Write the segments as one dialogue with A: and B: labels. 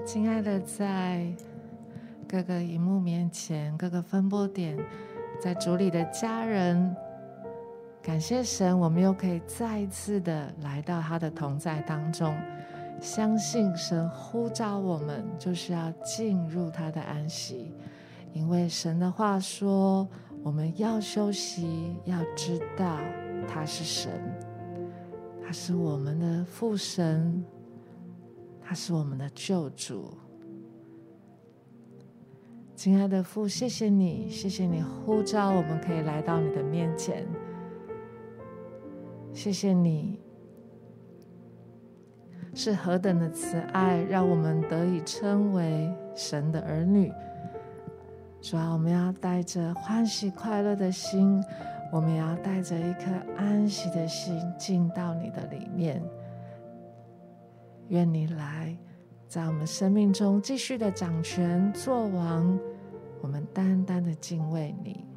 A: 亲爱的，在各个荧幕面前，各个分播点，在主里的家人，感谢神，我们又可以再一次的来到他的同在当中，相信神呼召我们就是要进入他的安息，因为神的话说，我们要休息，要知道他是神，他是我们的父神，他是我们的救主。亲爱的父，谢谢你，谢谢你呼召我们可以来到你的面前，谢谢你是何等的慈爱，让我们得以称为神的儿女。主啊，我们要带着欢喜快乐的心，我们也要带着一颗安息的心进到你的里面。愿你来在我们生命中继续的掌权作王，我们单单的敬畏你。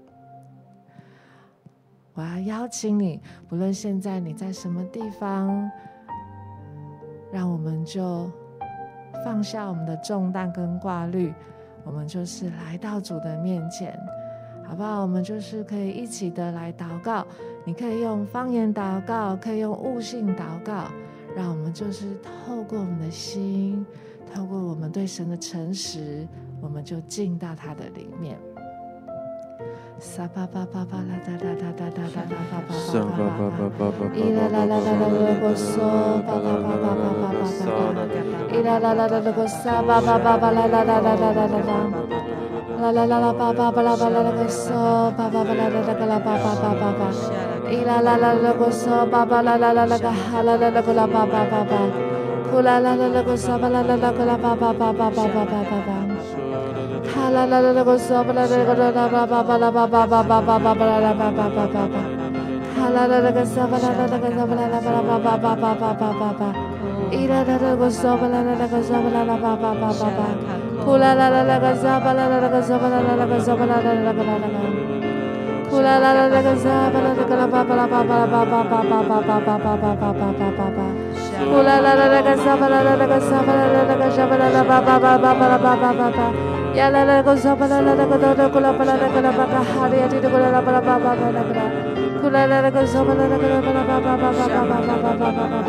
A: 我要邀请你，不论现在你在什么地方，让我们就放下我们的重担跟挂虑，我们就是来到主的面前，好不好？我们就是可以一起的来祷告，你可以用方言祷告，可以用悟性祷告，让我们就是透过我们的心，透过我们对神的诚实，我们就进到他的里面。撒巴巴巴巴啦哒哒哒哒哒哒哒巴巴巴巴巴，伊啦啦啦啦啦啦个嗦，巴巴巴巴巴巴巴巴，伊啦啦啦啦啦个撒巴巴巴巴啦啦啦啦啦啦啦啦，啦啦啦啦巴巴巴啦巴啦啦个嗦，巴巴巴啦啦啦个啦巴巴巴巴巴，伊啦啦啦啦个嗦，巴巴啦啦啦啦个哈啦啦啦个啦巴巴巴巴，呼啦啦啦啦个嗦巴啦啦啦个啦巴巴巴巴巴巴巴巴。哈啦啦啦啦个嗦巴啦啦个啦巴巴巴啦巴巴巴巴巴巴巴啦巴巴巴巴巴，哈啦啦啦个嗦巴啦啦啦个嗦巴啦啦巴啦巴巴巴巴巴巴巴巴，伊啦啦啦个嗦巴啦啦啦个嗦巴啦啦巴巴巴巴巴，呼啦啦啦啦个嗦巴啦啦啦个嗦巴啦啦啦个嗦巴啦啦啦个啦啦个，呼啦啦啦啦个嗦巴啦啦个啦巴巴啦巴巴啦巴巴巴巴巴巴巴巴巴巴巴巴巴。呼啦啦啦啦个嗦巴啦啦啦个嗦巴啦啦啦个嗦巴啦啦巴巴巴巴巴啦巴巴巴巴，呀啦啦个嗦巴啦啦啦个哆哆咕啦巴啦啦个啦巴嘎哈哩呀滴哩咕啦啦巴啦巴巴巴啦个啦，呼啦啦啦个嗦巴啦啦个啦巴啦巴巴巴巴巴巴巴巴巴巴巴，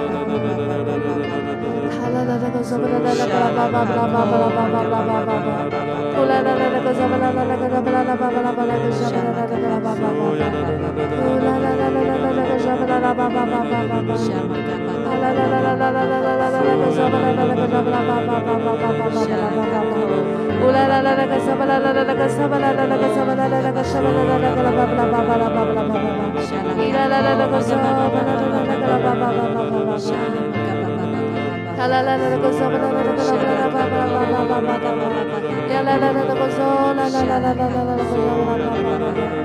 A: 哈啦啦啦个嗦巴啦啦啦个啦巴巴巴啦巴巴啦巴巴巴巴巴巴，呼啦啦啦啦个嗦巴啦啦啦个啦巴啦啦巴巴啦巴啦个嗦巴啦啦啦个啦巴巴巴巴，呼啦啦啦啦啦啦个嗦巴啦啦巴巴巴巴巴巴。啦啦啦啦啦啦啦啦啦啦个嗦巴啦啦啦个嗦巴啦巴巴巴巴巴巴巴巴巴巴，乌啦啦啦啦个嗦巴啦啦啦啦个嗦巴啦啦啦个嗦巴啦啦啦个嗦巴啦啦啦个啦巴巴啦巴巴啦巴巴啦巴巴巴，伊啦啦啦啦个嗦巴啦啦啦啦个啦巴巴巴巴巴巴，哈啦啦啦啦个嗦巴啦啦啦个啦巴啦巴巴啦巴巴巴巴巴，呀啦啦啦啦个嗦啦啦啦啦啦啦啦个嗦啦啦啦啦啦啦。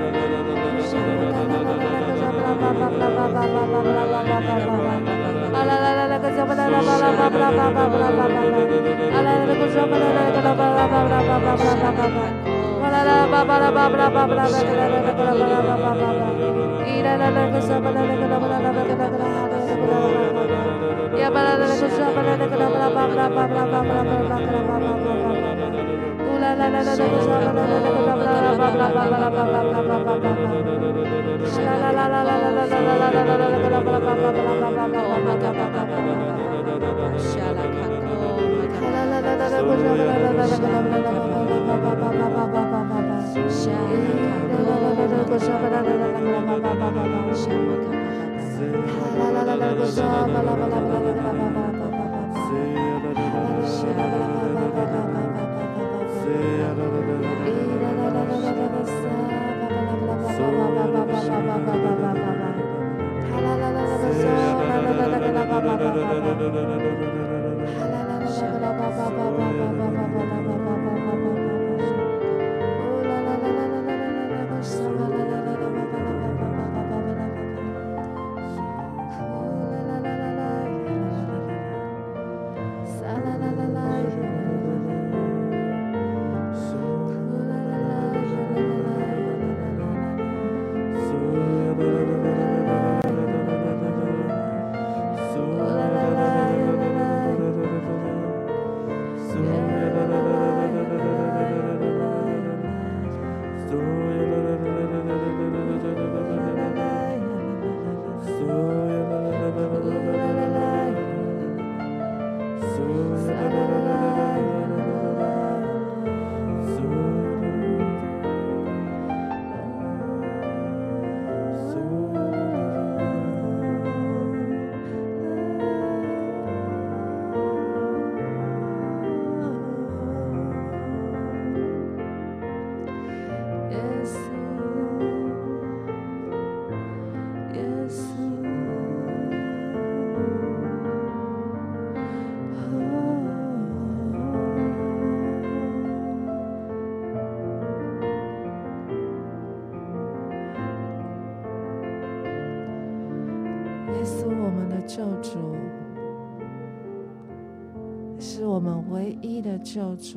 A: 我们唯一的救主。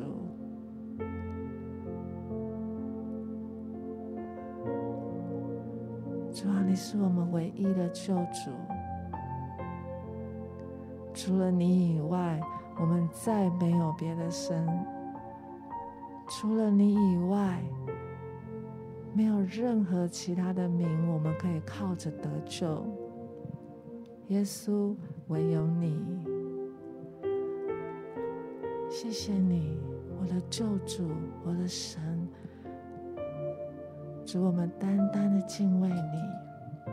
A: 主啊，你是我们唯一的救主，除了你以外，我们再没有别的神。除了你以外，没有任何其他的名我们可以靠着得救。耶稣，唯有你。谢谢你，我的救主，我的神。主，我们单单的敬畏你。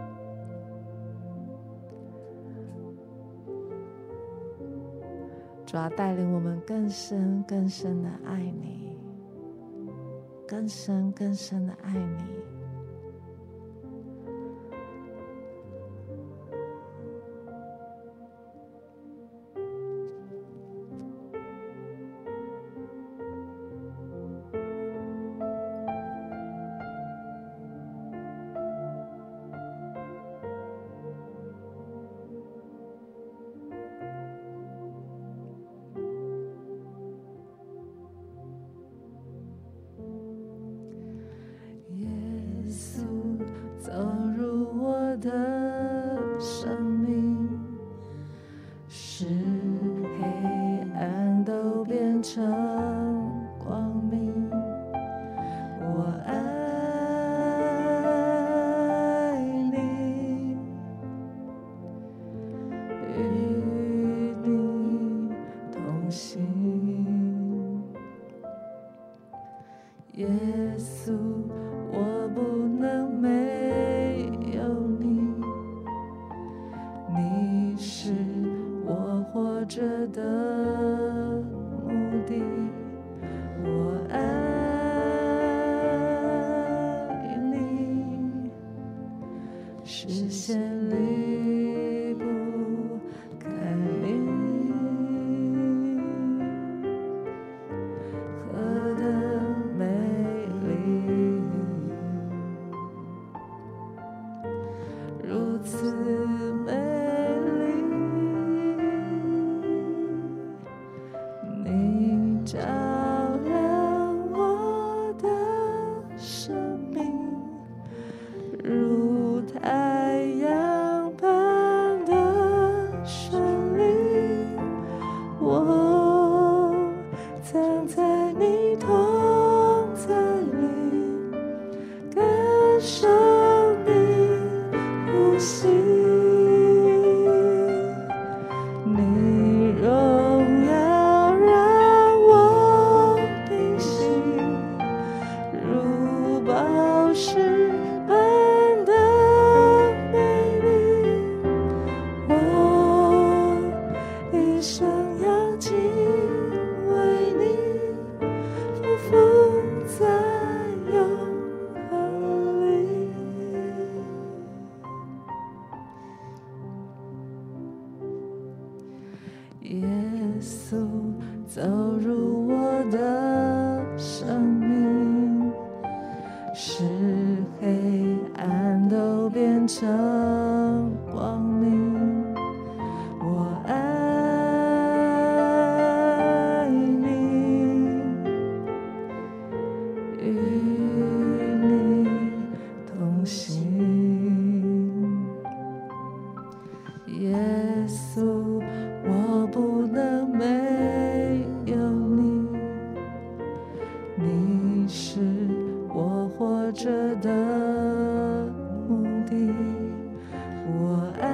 A: 主要带领我们更深更深的爱你，更深更深的爱你。走入我的生命，使黑暗都变成光明。我爱你，与你同行。耶稣，我不能没有你，你是我活着的目的。我爱你，视线离不开你，何等美丽，如此美丽，你照亮我的生命，如太阳般的绚丽。我藏在你同在里，感受你呼吸，你荣耀让我平息，如宝石般的美丽。我一生要敬畏你，匍匐在永恒里。耶稣，走入我的生命，使黑暗都变成光明。我爱你，与你同行。耶稣，我不能没有你，你是我活着的目的。我爱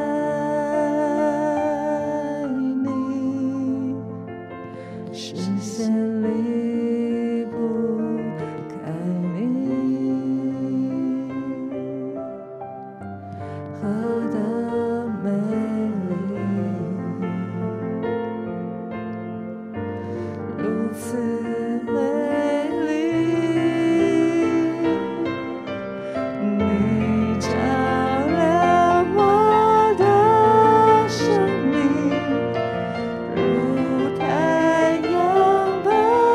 A: 你，视线离不开你，何等美丽，如此美丽，你照亮我的生命，如太阳般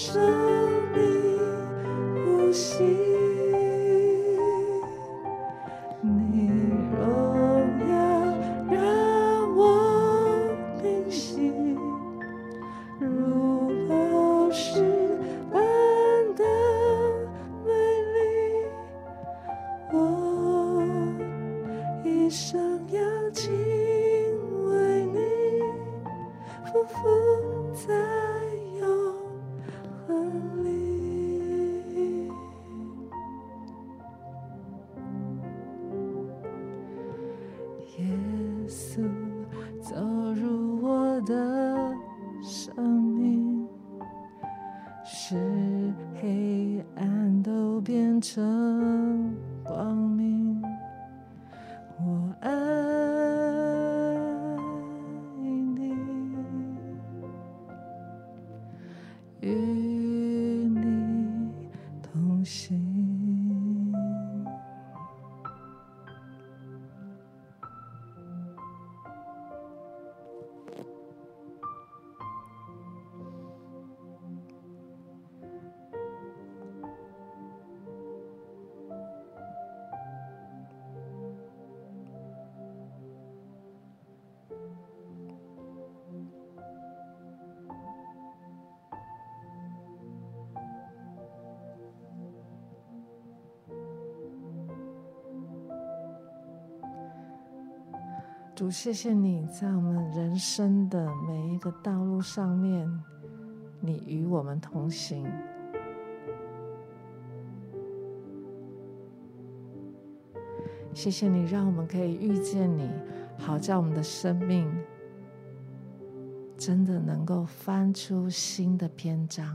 A: 生命呼吸，你荣耀让我平息，如宝石般的美丽，我一生要敬畏你，匍匐在永恒里。耶稣走入我的生命，使黑暗都变成光明。我爱你，与你同行。主，谢谢你在我们人生的每一个道路上面，你与我们同行。谢谢你让我们可以遇见你，好叫我们的生命真的能够翻出新的篇章。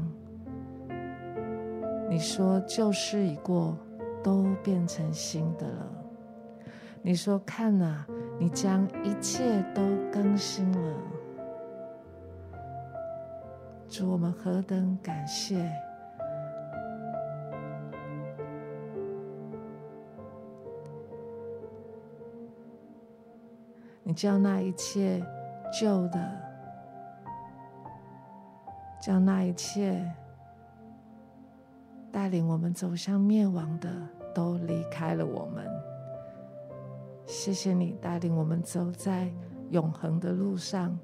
A: 你说旧事已过，都变成新的了。你说看啊，你将一切都更新了。主，我们何等感谢！你将那一切旧的，将那一切带领我们走向灭亡的，都离开了我们。谢谢你带领我们走在永恒的路上。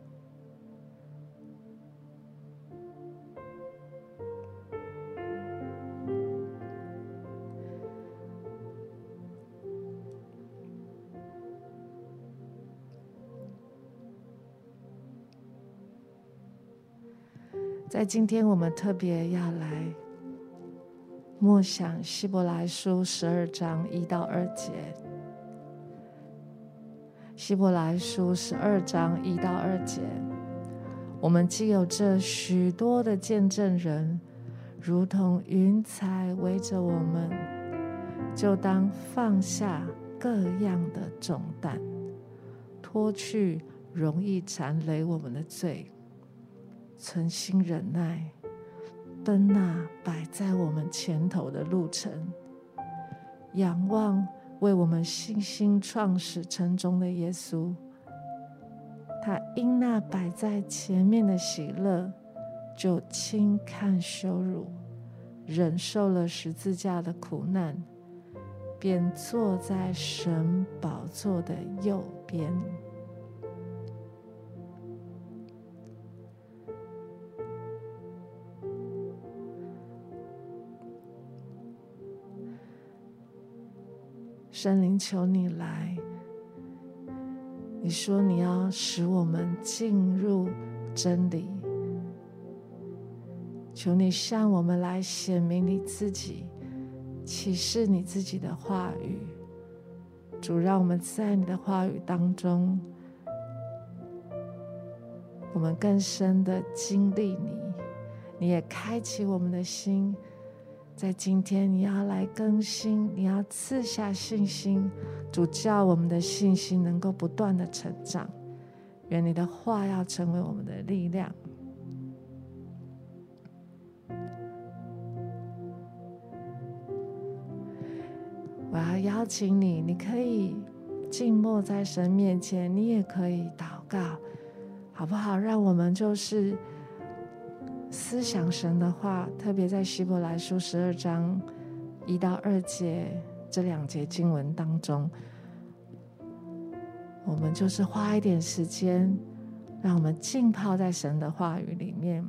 A: 在今天我们特别要来默想希伯来书12章1到2节。希伯来书12章1到2节，我们既有这许多的见证人，如同云彩围着我们，就当放下各样的重担，脱去容易缠累我们的罪，存心忍耐，奔那摆在我们前头的路程，仰望为我们信心创始成终的耶稣。他因那摆在前面的喜乐，就轻看羞辱，忍受了十字架的苦难，便坐在神宝座的右边。圣灵，求你来，你说你要使我们进入真理，求你向我们来显明你自己，启示你自己的话语。主，让我们在你的话语当中，我们更深的经历你，你也开启我们的心。在今天你要来更新，你要赐下信心，主，叫我们的信心能够不断的成长。愿你的话要成为我们的力量。我要邀请你，你可以静默在神面前，你也可以祷告，好不好？让我们就是思想神的话，特别在希伯来书12章1到2节这2节经文当中，我们就是花一点时间，让我们浸泡在神的话语里面。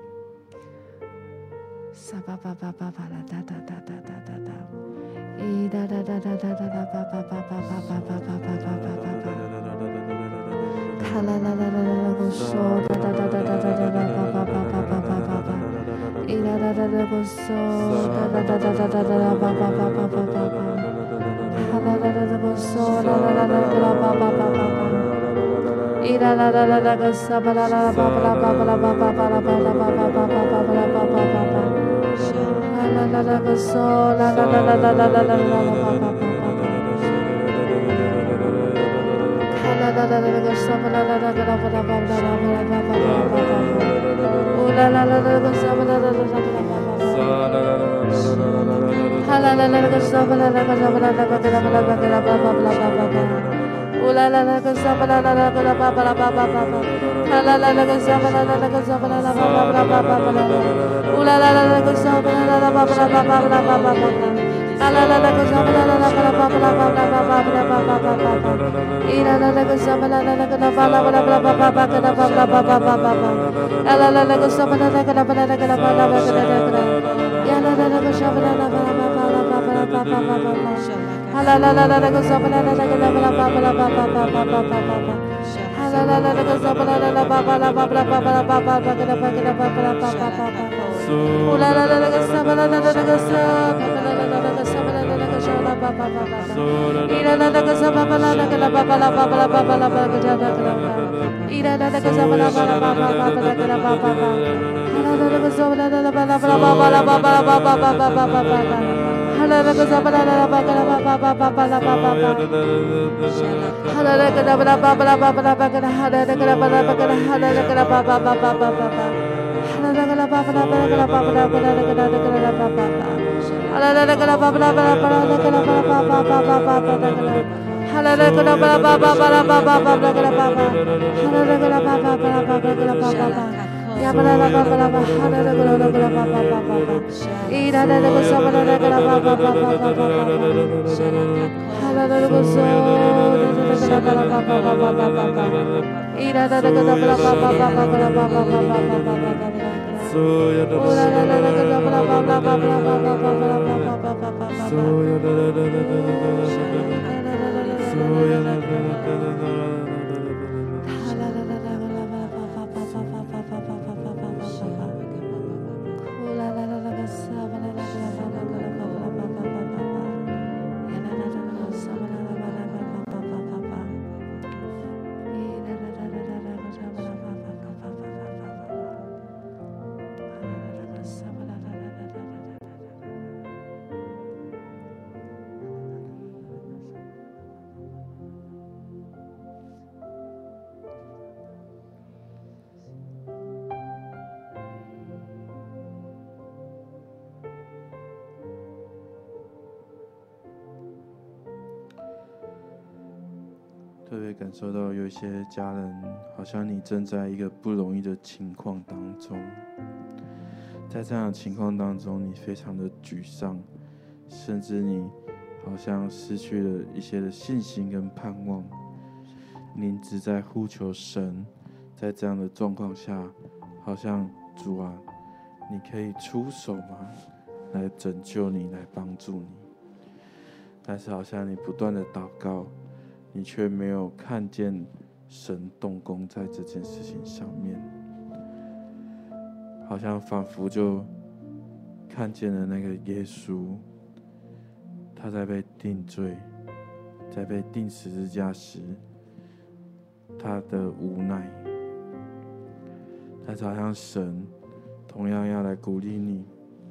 A: 撒巴巴巴巴巴啦哒哒哒哒哒哒哒，伊哒哒哒哒哒哒哒巴巴巴巴巴巴巴巴巴巴巴巴，卡啦啦啦啦啦啦个说哒哒哒哒哒哒哒哒巴巴巴巴巴巴巴巴，伊哒哒哒哒个说哒哒哒哒哒哒哒巴巴巴巴巴巴巴，卡啦啦啦啦个说啦啦啦啦个啦巴巴巴巴巴，伊啦啦啦啦啦个撒巴啦啦巴巴啦巴巴啦巴巴巴啦巴啦巴巴巴巴巴巴啦巴巴巴巴。啦啦啦个嗦，啦啦啦啦啦啦啦啦啦啦巴巴巴巴巴，卡啦啦啦啦个嗦巴啦啦啦个啦巴啦巴啦巴啦巴啦巴巴巴巴巴，乌啦啦啦啦个嗦巴啦啦啦啦啦巴巴巴，卡啦啦啦个嗦巴啦啦个啦巴啦啦个啦巴啦个啦巴巴巴巴巴巴，乌啦啦啦个嗦巴啦啦啦个啦巴巴啦巴巴巴巴，卡啦啦啦个嗦巴啦啦啦个嗦巴啦啦巴巴巴巴巴巴巴。乌啦啦啦啦个嗦巴啦啦啦巴巴啦巴巴啦巴巴巴巴，啊啦啦啦个嗦巴啦啦啦个啦巴巴啦巴啦巴巴啦巴巴巴巴巴，伊啦啦啦个嗦巴啦啦啦个啦巴啦巴啦巴啦巴巴巴个啦巴啦巴巴巴巴巴，啊啦啦啦个嗦巴啦啦个啦巴啦啦个啦巴啦巴个啦个啦，呀啦啦啦个嗦巴啦啦巴啦巴巴啦巴巴啦巴巴巴巴巴，啊啦啦啦啦个嗦巴啦啦啦个啦巴啦巴巴啦巴巴巴巴巴巴巴。啦啦啦啦个嗦巴啦啦啦巴巴啦巴巴啦巴巴啦巴巴巴个啦巴个啦巴巴啦巴巴巴巴，乌啦啦啦啦个嗦巴啦啦啦啦个嗦，巴巴啦啦啦啦个嗦巴啦啦啦个嗦啦巴巴巴巴巴，伊啦啦啦个嗦巴巴啦啦个啦巴巴啦巴巴啦巴巴啦巴个啦个啦巴，伊啦啦啦个嗦巴啦巴啦巴巴巴巴啦个啦巴巴巴，啦啦啦个嗦巴啦啦啦巴啦巴啦巴巴啦巴巴啦巴巴巴巴巴巴巴。哈啦啦个嗦巴啦啦啦巴个啦巴巴巴巴巴啦巴巴巴，哈啦啦个啦巴啦巴巴啦巴巴啦巴个啦哈啦啦个啦巴啦巴个啦哈啦啦个啦巴巴巴巴巴巴巴，哈啦啦个啦巴巴啦巴啦个啦巴巴啦个啦个啦个啦巴巴巴，哈啦啦个啦巴巴啦巴啦巴啦个啦巴啦巴巴巴巴巴巴啦个啦，哈啦啦个啦巴啦巴巴巴啦巴巴巴啦个啦巴巴，哈啦啦个啦巴巴巴啦巴巴个啦巴巴巴。呀巴啦啦巴巴啦巴，哈啦啦个啦个啦巴巴巴巴巴，伊啦啦啦个嗦巴啦啦个啦巴巴巴巴巴巴巴巴，哈啦啦个嗦，啦啦啦个啦巴巴巴巴巴巴巴，伊啦啦啦个啦巴啦巴巴巴巴个啦巴巴巴巴巴巴巴巴巴，乌啦啦啦啦个啦巴啦巴啦巴巴啦巴巴巴巴啦巴巴巴巴巴巴，
B: 特别感受到有一些家人，好像你正在一个不容易的情况当中，在这样的情况当中，你非常的沮丧，甚至你好像失去了一些的信心跟盼望。你只在呼求神，在这样的状况下，好像主啊，你可以出手吗？来拯救你，来帮助你。但是好像你不断的祷告，你却没有看见神动工在这件事情上面，好像仿佛就看见了那个耶稣，他在被定罪，在被钉十字架时，他的无奈。但是好像神同样要来鼓励你，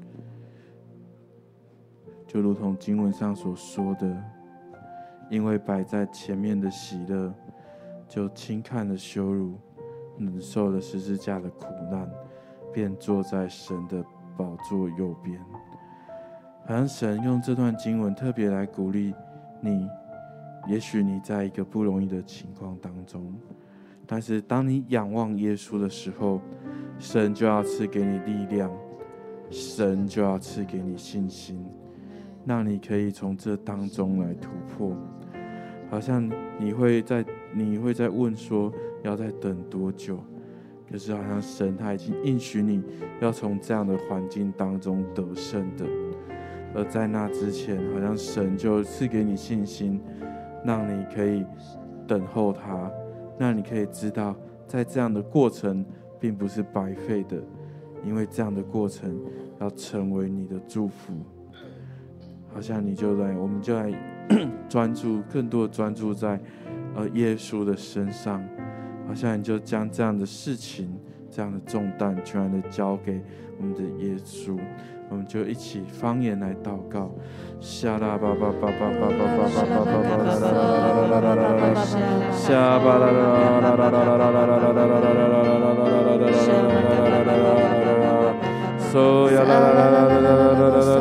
B: 就如同经文上所说的，因为摆在前面的喜乐，就轻看了羞辱，忍受了十字架的苦难，便坐在神的宝座右边。好像神用这段经文特别来鼓励你，也许你在一个不容易的情况当中， 但是当你仰望耶稣的时候，神就要赐给你力量，神就要赐给你信心，让你可以从这当中来突破。好像你会在问说要再等多久，可是好像神他已经应许你要从这样的环境当中得胜的，而在那之前，好像神就赐给你信心，让你可以等候他，让你可以知道在这样的过程并不是白费的，因为这样的过程要成为你的祝福。好像我们就来专注，更多的专注在耶稣的身上，好像你就将这样的事情、这样的重担全然的交给我们的耶稣。我们就一起方言来祷告。沙拉巴巴巴巴巴巴巴巴巴巴巴啦啦啦啦啦啦啦啦啦，沙巴啦啦啦啦啦啦啦啦啦啦啦啦啦啦啦啦啦啦啦，so ya la la la la la la la la la la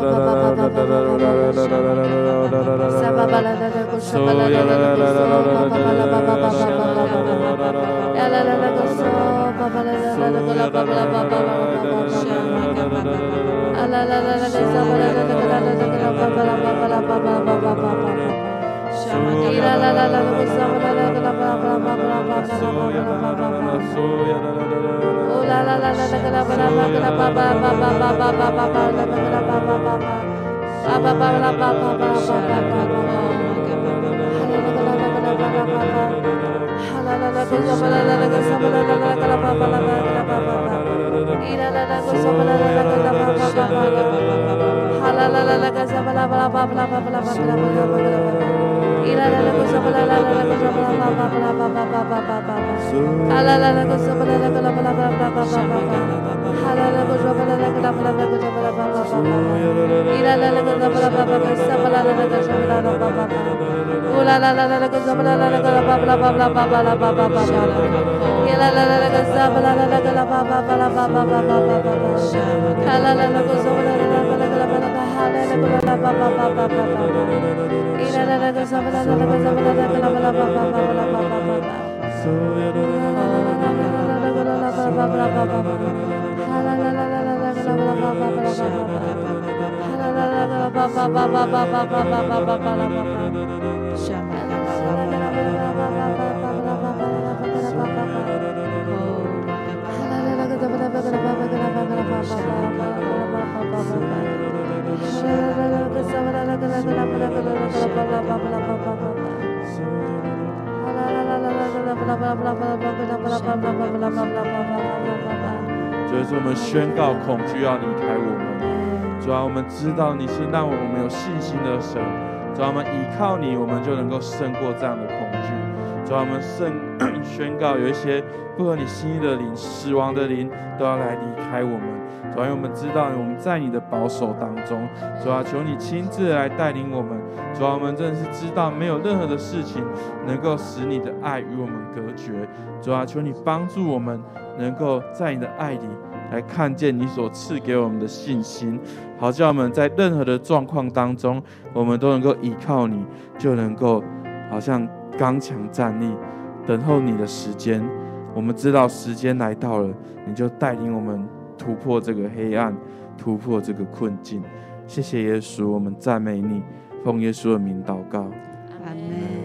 B: so ya la la la la la la就是我们宣告恐惧要离开我们。主啊，我们知道你是让我们有信心的神。主啊，我们依靠你，我们就能够胜过这样的恐惧。主啊，我们宣告有一些不合你心意的灵、死亡的灵都要来离开我们。主啊，因为我们知道我们在你的保守当中。主啊，求你亲自来带领我们。主啊，我们真的是知道没有任何的事情能够使你的爱与我们隔绝。主啊，求你帮助我们能够在你的爱里来看见你所赐给我们的信心，好叫我们在任何的状况当中，我们都能够依靠你，就能够好像刚强站立，等候你的时间。我们知道时间来到了，你就带领我们突破这个黑暗，突破这个困境。谢谢耶稣，我们赞美你，奉耶稣的名祷告，
C: 阿们。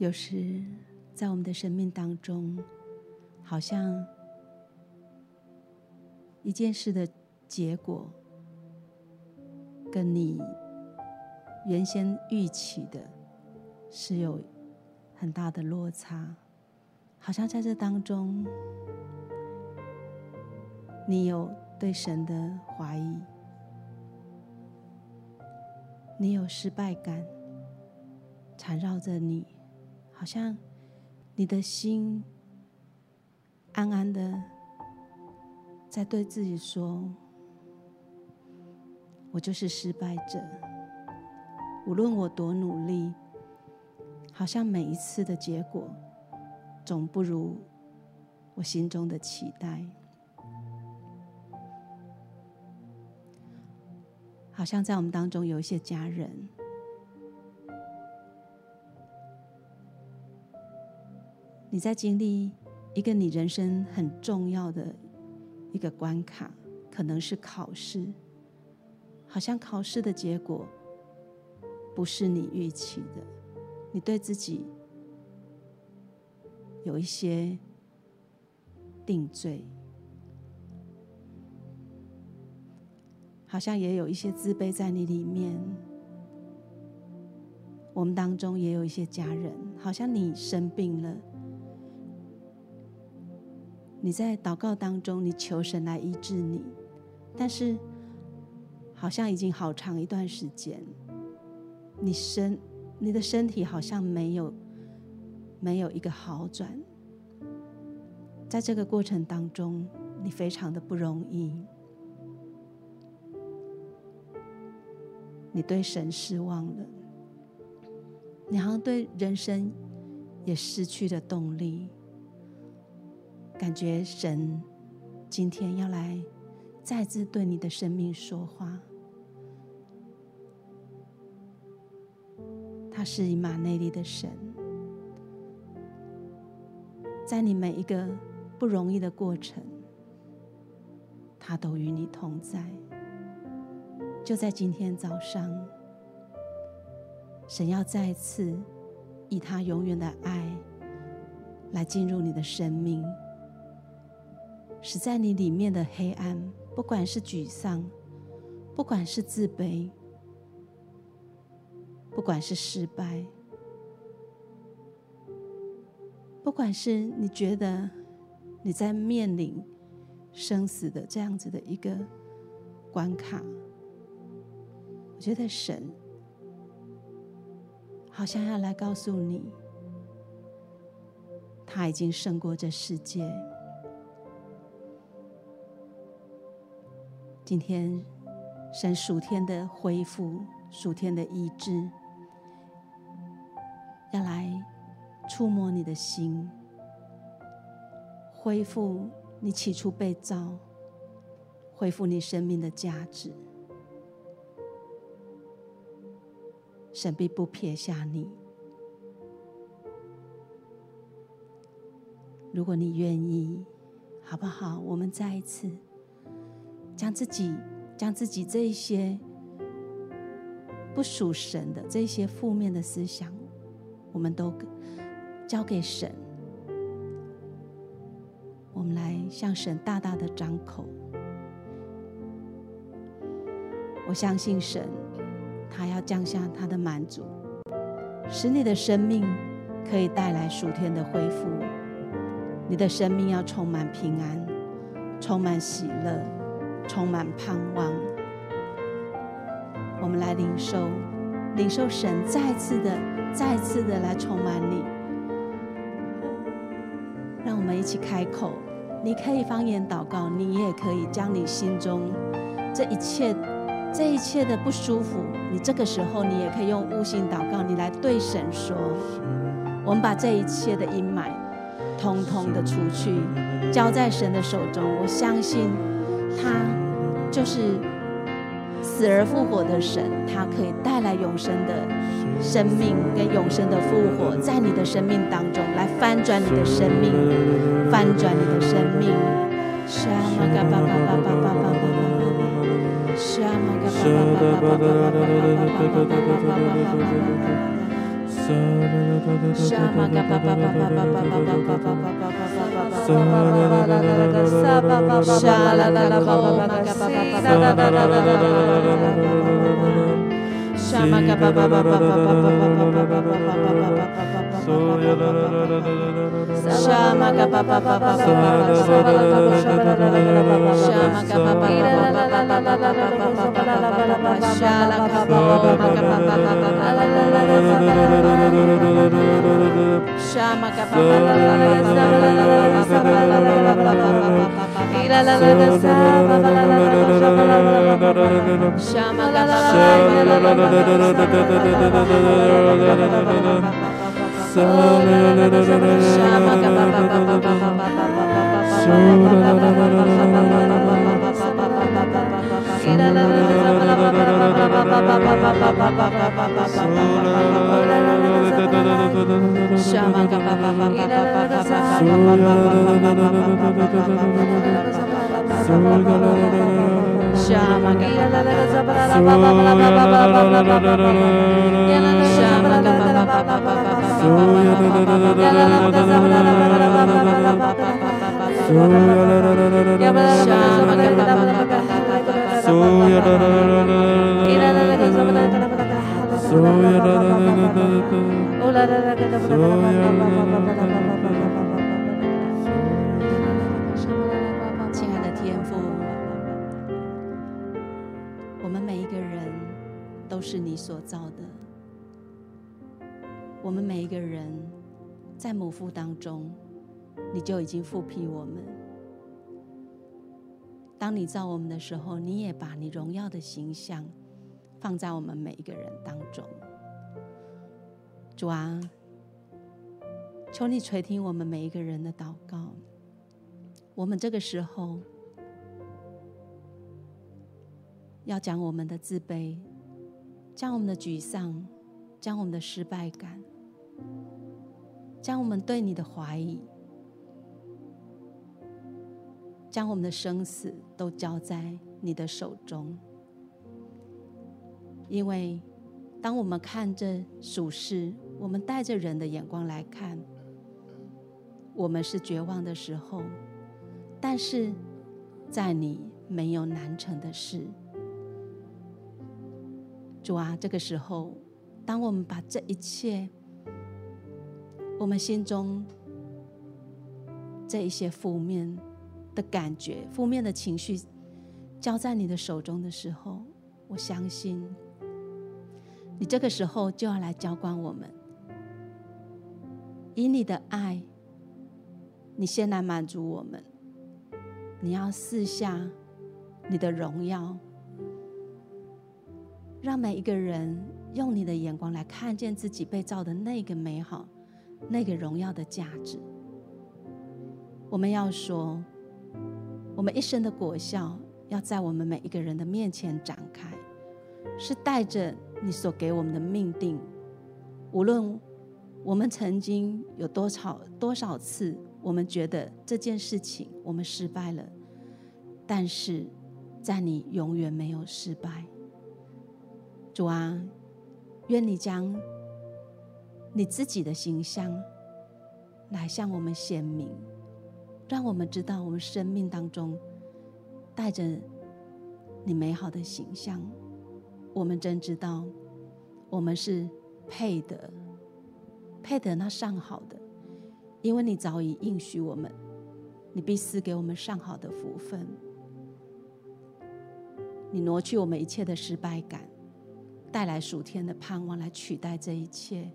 C: 有时在我们的生命当中，好像一件事的结果跟你原先预期的是有很大的落差，好像在这当中你有对神的怀疑，你有失败感缠绕着你，好像你的心暗暗的在对自己说，我就是失败者，无论我多努力，好像每一次的结果总不如我心中的期待。好像在我们当中有一些家人，你在经历一个你人生很重要的一个关卡，可能是考试，好像考试的结果不是你预期的，你对自己有一些定罪，好像也有一些自卑在你里面。我们当中也有一些家人，好像你生病了，你在祷告当中，你求神来医治你，但是好像已经好长一段时间，你的身体好像没有一个好转。在这个过程当中，你非常的不容易，你对神失望了，你好像对人生也失去了动力，感觉神今天要来再次对你的生命说话。他是以马内利的神，在你每一个不容易的过程，他都与你同在。就在今天早上，神要再次以他永远的爱来进入你的生命，使在你里面的黑暗，不管是沮丧，不管是自卑，不管是失败，不管是你觉得你在面临生死的这样子的一个关卡，我觉得神好像要来告诉你，他已经胜过这世界。今天神属天的恢复，属天的医治，要来触摸你的心，恢复你起初被造，恢复你生命的价值。神必不撇下你。如果你愿意，好不好？我们再一次将自己这一些不属神的这些负面的思想，我们都交给神。我们来向神大大的张口。我相信神，他要降下他的满足，使你的生命可以带来属天的恢复。你的生命要充满平安，充满喜乐，充满盼望。我们来领受神再次的来充满你。让我们一起开口，你可以方言祷告，你也可以将你心中这一切的不舒服，你这个时候你也可以用悟性祷告，你来对神说，我们把这一切的阴霾通通的除去，交在神的手中。我相信他就是死而复活的神，他可以带来永生的生命跟永生的复活，在你的生命当中来翻转你的生命，翻转你的生命。 亲爱的天父，我们每一个人都是你所造的，我们每一个人在母腹当中，你就已经复辟我们。当你造我们的时候，你也把你荣耀的形象放在我们每一个人当中。主啊，求你垂听我们每一个人的祷告。我们这个时候要将我们的自卑，将我们的沮丧，将我们的失败感，将我们对你的怀疑，将我们的生死都交在你的手中。因为当我们看这属世，我们带着人的眼光来看，我们是绝望的时候，但是在你没有难成的事。主啊，这个时候当我们把这一切我们心中这一些负面的感觉，负面的情绪交在你的手中的时候，我相信你这个时候就要来浇灌我们，以你的爱，你先来满足我们，你要赐下你的荣耀，让每一个人用你的眼光来看见自己被造的那个美好，那个荣耀的价值。我们要说，我们一生的果效要在我们每一个人的面前展开，是带着你所给我们的命定。无论我们曾经有多少次我们觉得这件事情我们失败了，但是在你永远没有失败。主啊，愿你将你自己的形象来向我们显明，让我们知道我们生命当中带着你美好的形象。我们真知道我们是配得那上好的，因为你早已应许我们，你必赐给我们上好的福分。你挪去我们一切的失败感，带来属天的盼望来取代这一切。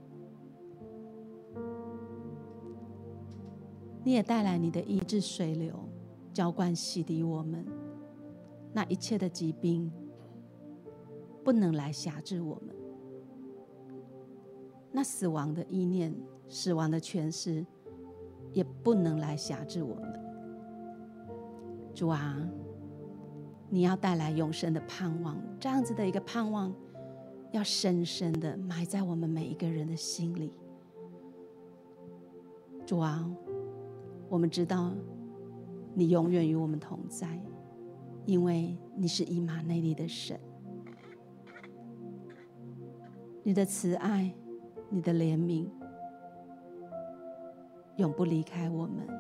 C: 你也带来你的医治水流，浇灌洗涤我们，那一切的疾病不能来辖制我们，那死亡的意念，死亡的权势也不能来辖制我们。主啊，你要带来永生的盼望，这样子的一个盼望要深深的埋在我们每一个人的心里。主啊，我们知道你永远与我们同在，因为你是以马内利的神。你的慈爱， 你的怜悯永不离开我们。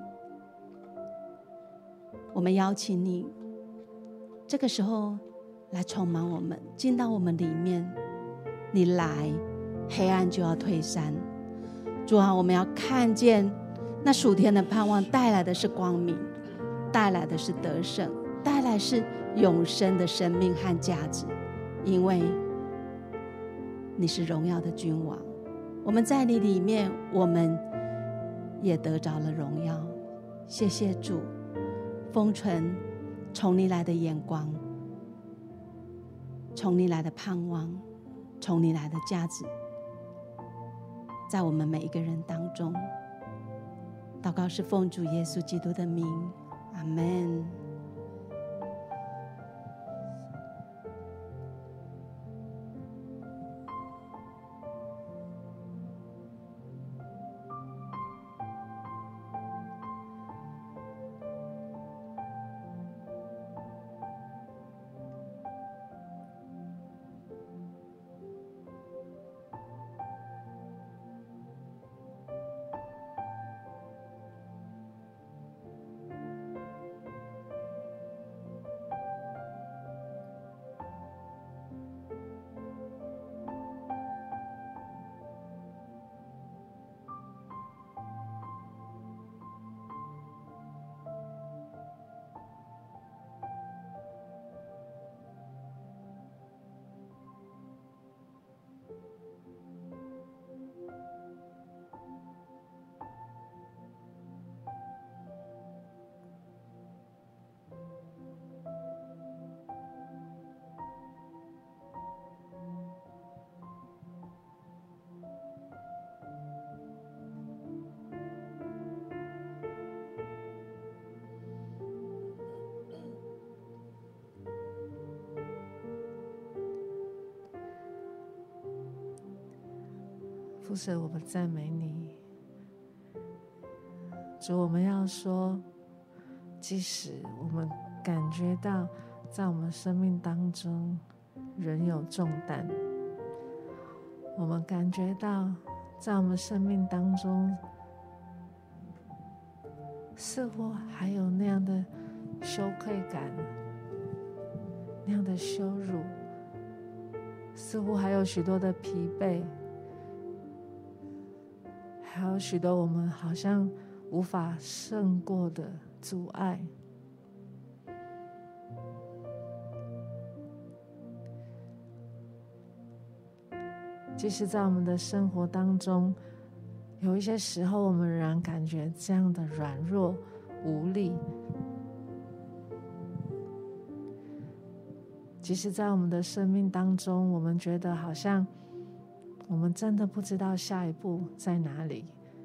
C: 我们邀请你这个时候来充满我们，进到我们里面。你来，黑暗就要退散。主啊，我们要看见那属天的盼望带来的是光明，带来的是得胜，带来是永生的生命和价值，因为你是荣耀的君王。我们在你里面，我们也得着了荣耀。谢谢主，封存从你来的眼光，从你来的盼望，从你来的价值，在我们每一个人当中。祷告是奉主耶稣基督的名，阿们。
A: 父神，我们赞美你。主，我们要说，即使我们感觉到在我们生命当中仍有重担，我们感觉到在我们生命当中似乎还有那样的羞愧感，那样的羞辱，似乎还有许多的疲惫，还有许多我们好像无法胜过的阻碍。即使在我们的生活当中，有一些时候我们仍然感觉这样的软弱无力，即使在我们的生命当中，我们觉得好像我们真的不知道下一步在哪里。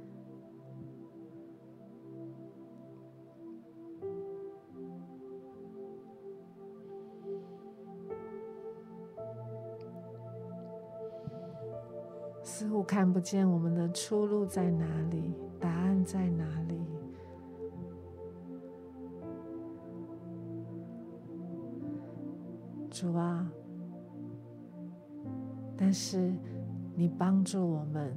A: 似乎看不见我们的出路在哪里，答案在哪里。主啊，但是你帮助我们，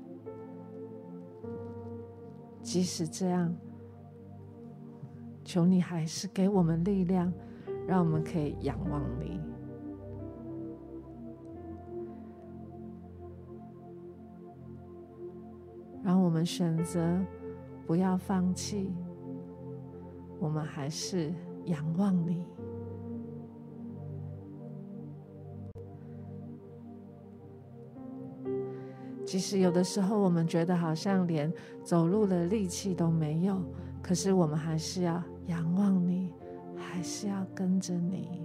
A: 即使这样，求你还是给我们力量，让我们可以仰望你。让我们选择不要放弃，我们还是仰望你。即使有的时候我们觉得好像连走路的力气都没有，可是我们还是要仰望你，还是要跟着你。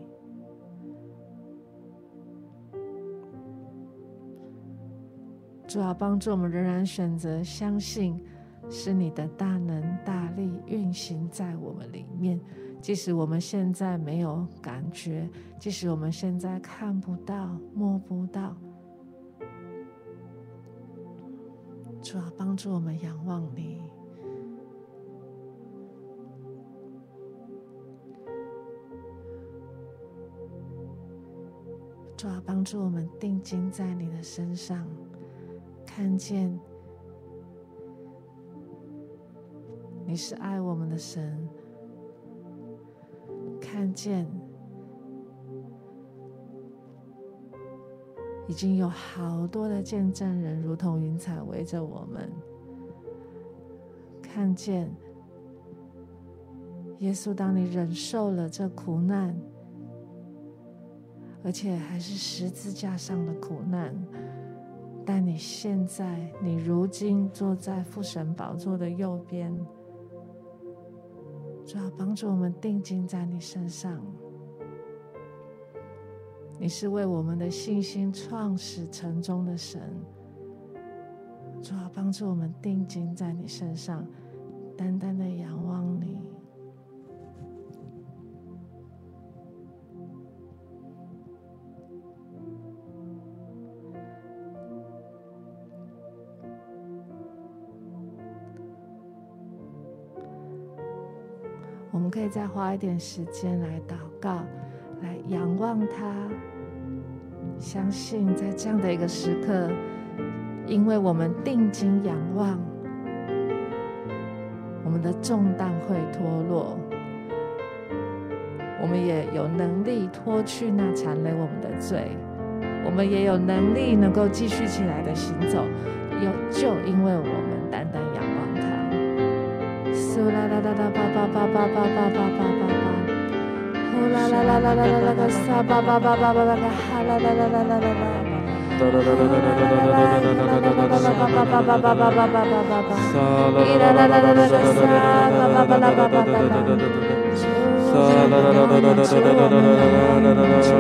A: 主啊，帮助我们仍然选择相信是你的大能大力运行在我们里面，即使我们现在没有感觉，即使我们现在看不到摸不到，主啊，帮助我们仰望你。主啊，帮助我们定睛在你的身上， 看见你是爱我们的神，看见已经有好多的见证人如同云彩围着我们，看见耶稣当你忍受了这苦难，而且还是十字架上的苦难，但你现在你如今坐在父神宝座的右边，主要帮助我们定睛在你身上。你是为我们的信心创始成终的神，主要帮助我们定睛在你身上，单单的仰望你。我们可以再花一点时间来祷告，来仰望他，相信在这样的一个时刻，因为我们定睛仰望，我们的重担会脱落，我们也有能力脱去那缠累我们的罪，我们也有能力能够继续起来的行走，就因为我们单单仰望他。苏啦啦啦啦吧吧吧吧吧吧吧吧吧吧，呼啦啦啦啦啦啦啦个沙吧吧吧吧吧吧个哈啦啦啦啦啦啦啦，啦啦啦啦啦啦啦吧吧吧吧吧吧吧吧吧吧，伊啦啦啦啦啦个沙吧吧吧啦吧吧吧吧，主啊，我们要定睛在你的身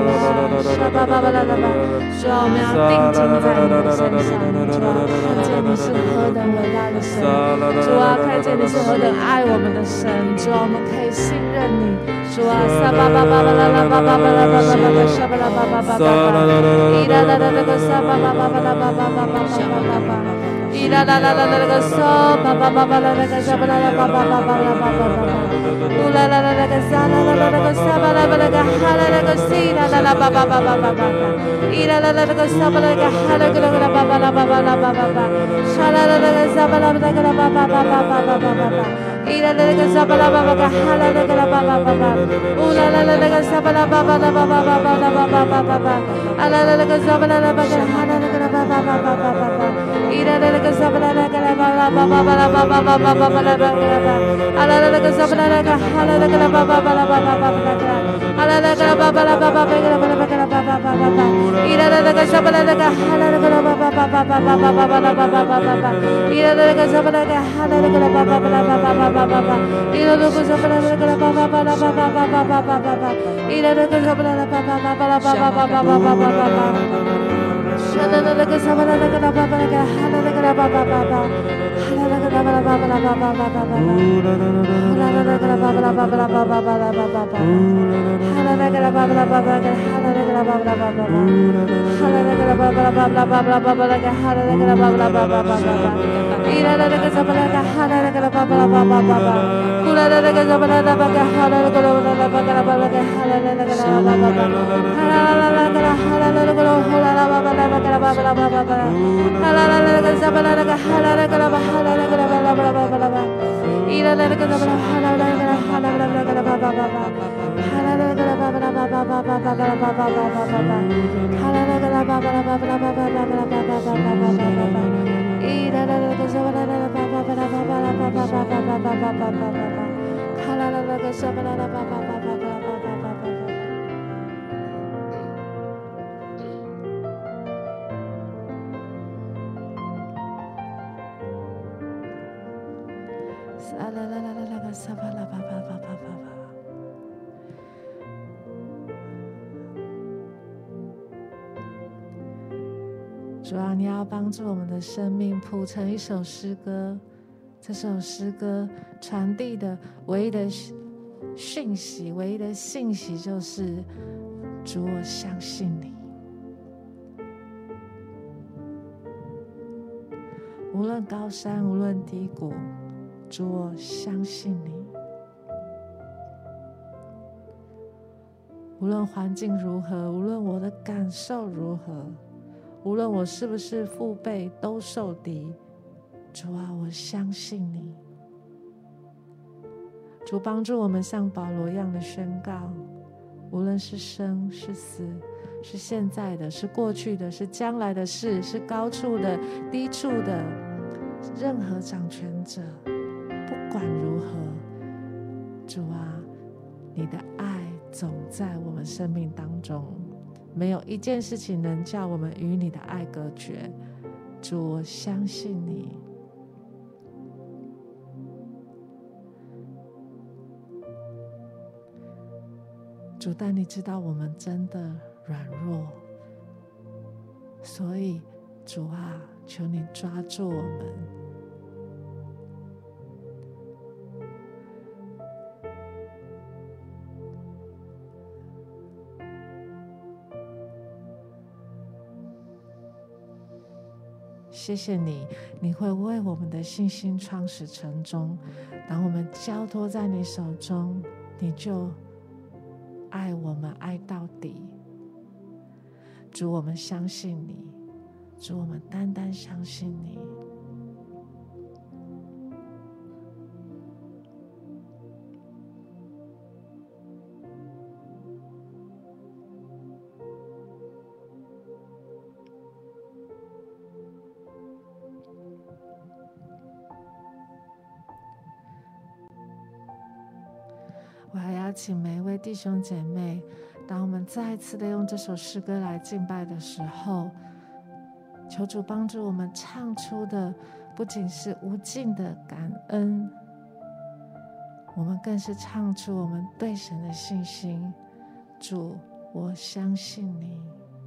A: 上，主啊，看见你是何等伟大的神，主啊，看见你是何等爱我们的神，主啊，我们可以信任你，主啊，沙巴巴巴巴啦啦巴巴巴啦巴巴巴巴沙巴啦巴巴巴巴巴，伊啦啦啦啦个沙巴巴巴巴啦巴巴巴巴巴巴巴，伊啦啦啦啦啦个沙巴巴巴巴啦那个沙巴啦巴巴巴巴啦巴巴巴巴，乌啦啦啦啦个沙啦啦啦啦个沙巴啦巴啦个哈啦啦个西啦啦啦巴巴巴巴巴巴，伊啦啦啦啦个沙巴啦个哈啦个啦个啦巴巴啦巴巴啦巴巴巴，沙啦啦啦个沙巴啦巴啦个啦巴巴巴巴巴巴巴巴，伊啦啦啦个沙巴啦巴巴个哈啦啦个啦巴巴巴巴，乌啦啦啦啦个沙巴啦巴巴啦巴巴巴巴啦巴巴巴巴巴，啊啦啦啦个沙巴啦啦巴个哈啦啦个啦巴巴巴巴巴巴巴，伊啦啦啦个沙巴啦啦个啦巴啦巴巴巴啦巴巴巴巴巴巴啦巴个啦巴，啊啦啦啦个沙巴啦啦个哈啦啦个啦巴巴巴啦巴巴巴巴啦个啦，啊啦啦个啦巴巴啦巴巴巴个啦巴啦巴个啦巴巴巴巴巴，伊啦啦啦个沙巴啦啦个哈啦啦个啦巴巴巴巴巴巴巴巴巴啦巴巴巴巴巴，伊啦啦啦个沙巴啦个哈啦啦个啦巴巴巴啦巴巴巴巴巴巴，伊啦啦个沙巴啦啦个啦巴巴巴啦巴巴巴巴巴巴巴巴，伊啦啦个沙巴啦啦巴巴巴巴啦巴巴巴巴巴巴巴巴巴。啦啦啦个沙巴啦啦个啦巴巴啦个哈啦啦个啦巴巴巴巴，哈啦啦个啦巴啦巴巴啦巴巴巴巴巴巴，呼啦啦啦个啦巴巴啦巴巴啦巴巴巴啦巴巴巴，哈啦啦个啦巴巴啦巴巴个哈啦啦个啦巴巴啦巴巴巴，哈啦啦个啦巴巴啦巴巴啦巴巴啦巴巴啦个哈啦啦个啦巴巴啦巴巴巴巴巴，伊啦啦啦个沙巴啦个哈啦啦个啦巴巴啦巴巴巴巴，呼啦啦啦个沙巴啦啦巴个哈啦啦个啦巴啦巴个啦巴巴个哈啦啦啦个啦巴巴巴，哈啦啦啦个啦哈啦啦个啦呼啦啦巴巴啦巴个啦巴巴啦巴巴巴，哈啦啦啦个沙巴啦啦个哈啦啦个啦巴哈啦啦个啦巴啦巴啦巴巴啦巴，伊啦啦啦个沙巴啦哈啦啦个啦哈啦啦个啦巴巴巴巴，哈啦啦个啦巴巴啦巴巴巴巴巴个啦巴巴巴巴巴巴，哈啦啦个啦巴巴啦巴巴啦巴巴巴巴啦巴巴巴巴巴巴巴，伊啦啦啦个沙巴啦啦巴巴巴啦巴巴啦巴巴巴巴巴巴巴巴巴巴，哈啦啦啦个沙巴啦啦巴巴巴巴巴巴巴巴巴。啦啦啦啦啦啦个沙巴啦巴巴巴巴巴巴。主啊，你要帮助我们的生命谱成一首诗歌，这首诗歌传递的唯一的讯息，唯一的信息就是主，我相信你。无论高山，无论低谷，主，我相信你。无论环境如何，无论我的感受如何， 无论我是不是腹背都受敌，主啊，我相信你。主帮助我们像保罗一样的宣告，无论是生是死，是现在的，是过去的，是将来的事，是高处的低处的，任何掌权者，不管如何，主啊，你的爱总在我们生命当中，没有一件事情能叫我们与你的爱隔绝。主，我相信你。主，但你知道我们真的软弱，所以主啊，求你抓住我们。谢谢你，你会为我们的信心创始成终。当我们交托在你手中，你就爱我们爱到底。主，我们相信你，主，我们单单相信你。我还邀请每一位弟兄姐妹，当我们再一次的用这首诗歌来敬拜的时候，求主帮助我们唱出的不仅是无尽的感恩，我们更是唱出我们对神的信心。主，我相信你。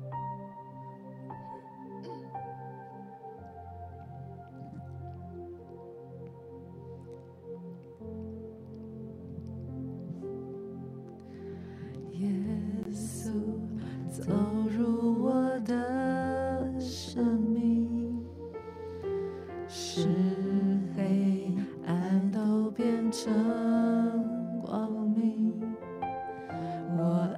A: 走入我的生命，是黑暗都变成光明。我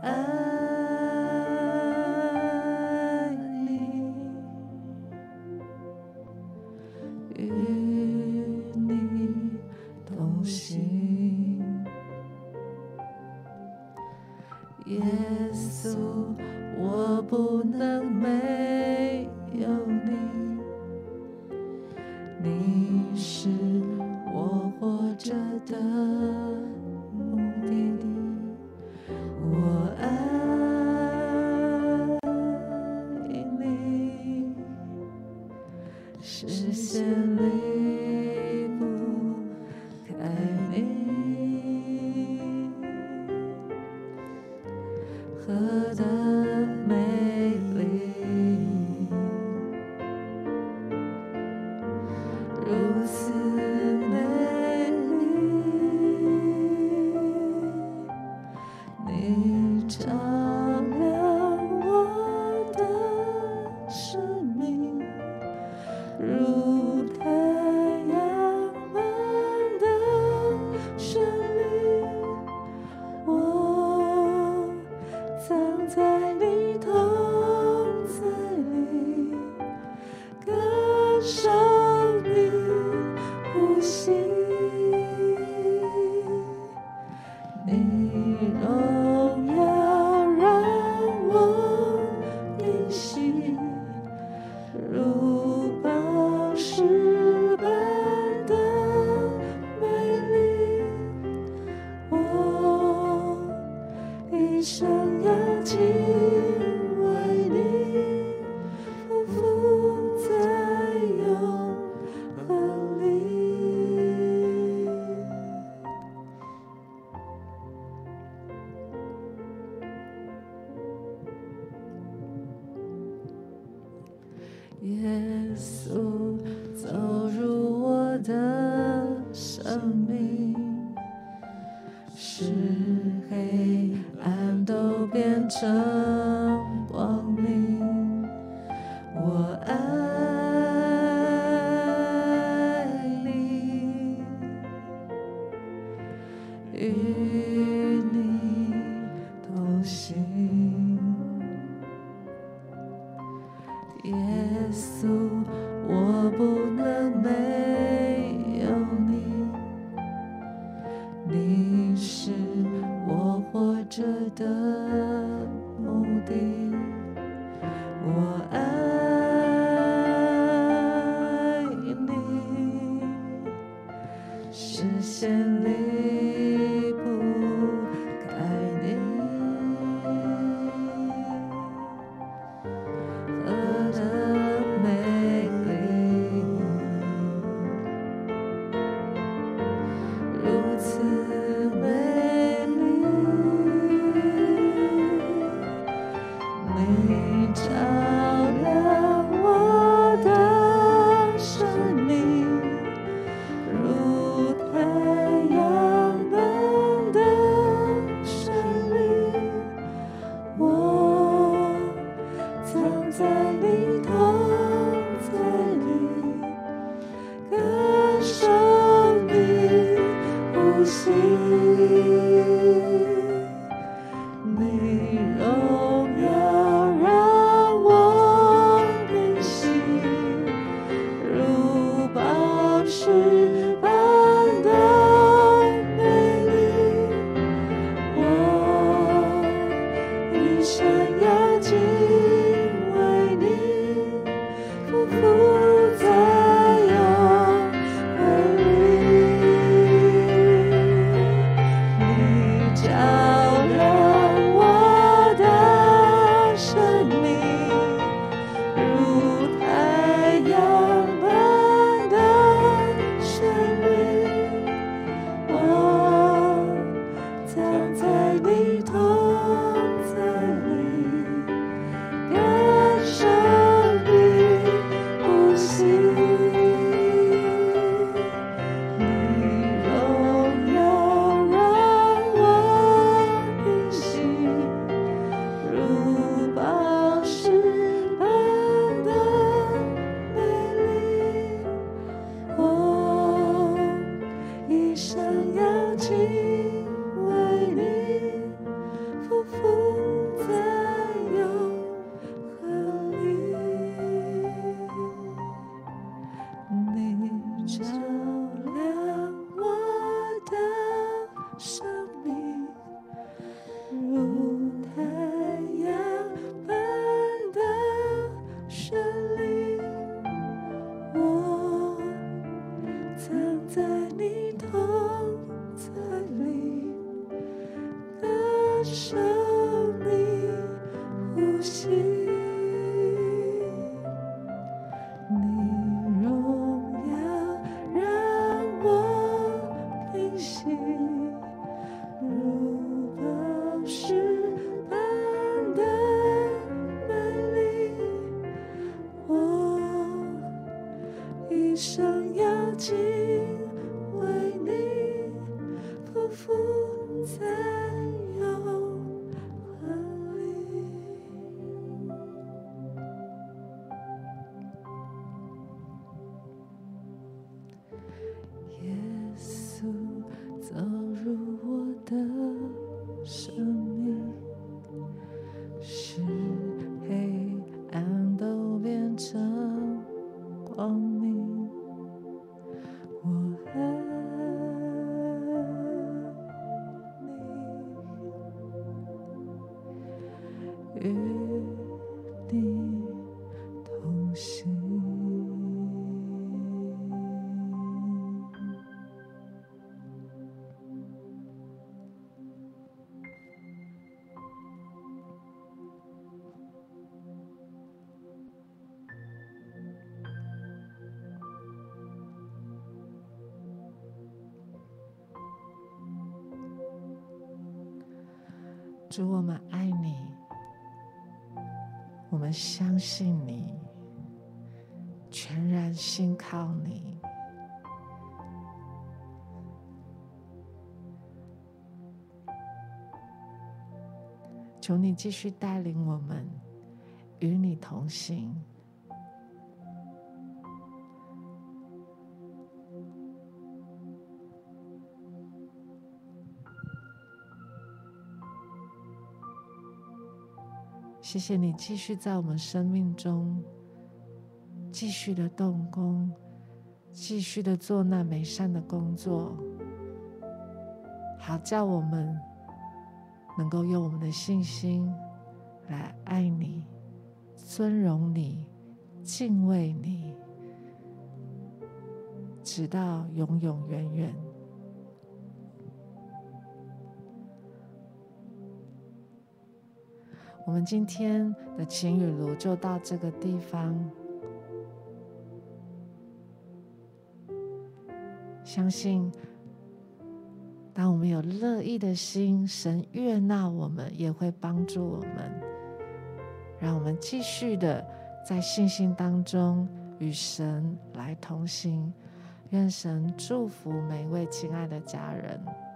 A: 爱你，与你同行。耶稣，我不能没有你，你是我活着的目的。我爱你，视线离不开你，何等美丽，如此美丽，你照亮我的生命，如太阳般的生命，我藏在你同在里，感受你呼吸，你荣耀让我凝息，如宝石般的美丽，我一生要敬畏你，匍匐在永恒里。耶稣，走入我的生命，是黑暗都变成光明。我爱你，与你同行。耶着的目的。我爱你，视线离不开你，何等美丽，如此美丽，你照亮我的生命，如太阳般的绚丽，我藏在你同在里，感受你呼吸，你荣耀让我平息，如宝石般的美丽，我一生要敬畏你，匍匐在永恒里，你照亮我的生命，如太阳般的绚丽，我藏在你同在里，感受你呼吸，你荣耀让我平息，如宝石般的美丽，我一生要敬畏你，匍匐在永恒里，你照亮我的生命，如太阳般的绚丽，我藏在你同在里，感受你呼吸，你荣耀让我平息，如宝石般的美丽，我一生要敬畏你，匍匐在永恒里。耶稣走入我的生命，使黑暗都变成光明。我爱你，与你同行。主，我们爱你，我们相信你，全然信靠你。求你继续带领我们，与你同行。谢谢你继续在我们生命中继续的动工，继续的做那美善的工作，好叫我们能够用我们的信心来爱你、尊荣你、敬畏你，直到永永远远。我们今天的晴雨炉就到这个地方，相信当我们有乐意的心，神悦纳我们，也会帮助我们，让我们继续的在信心当中与神来同行。愿神祝福每一位亲爱的家人。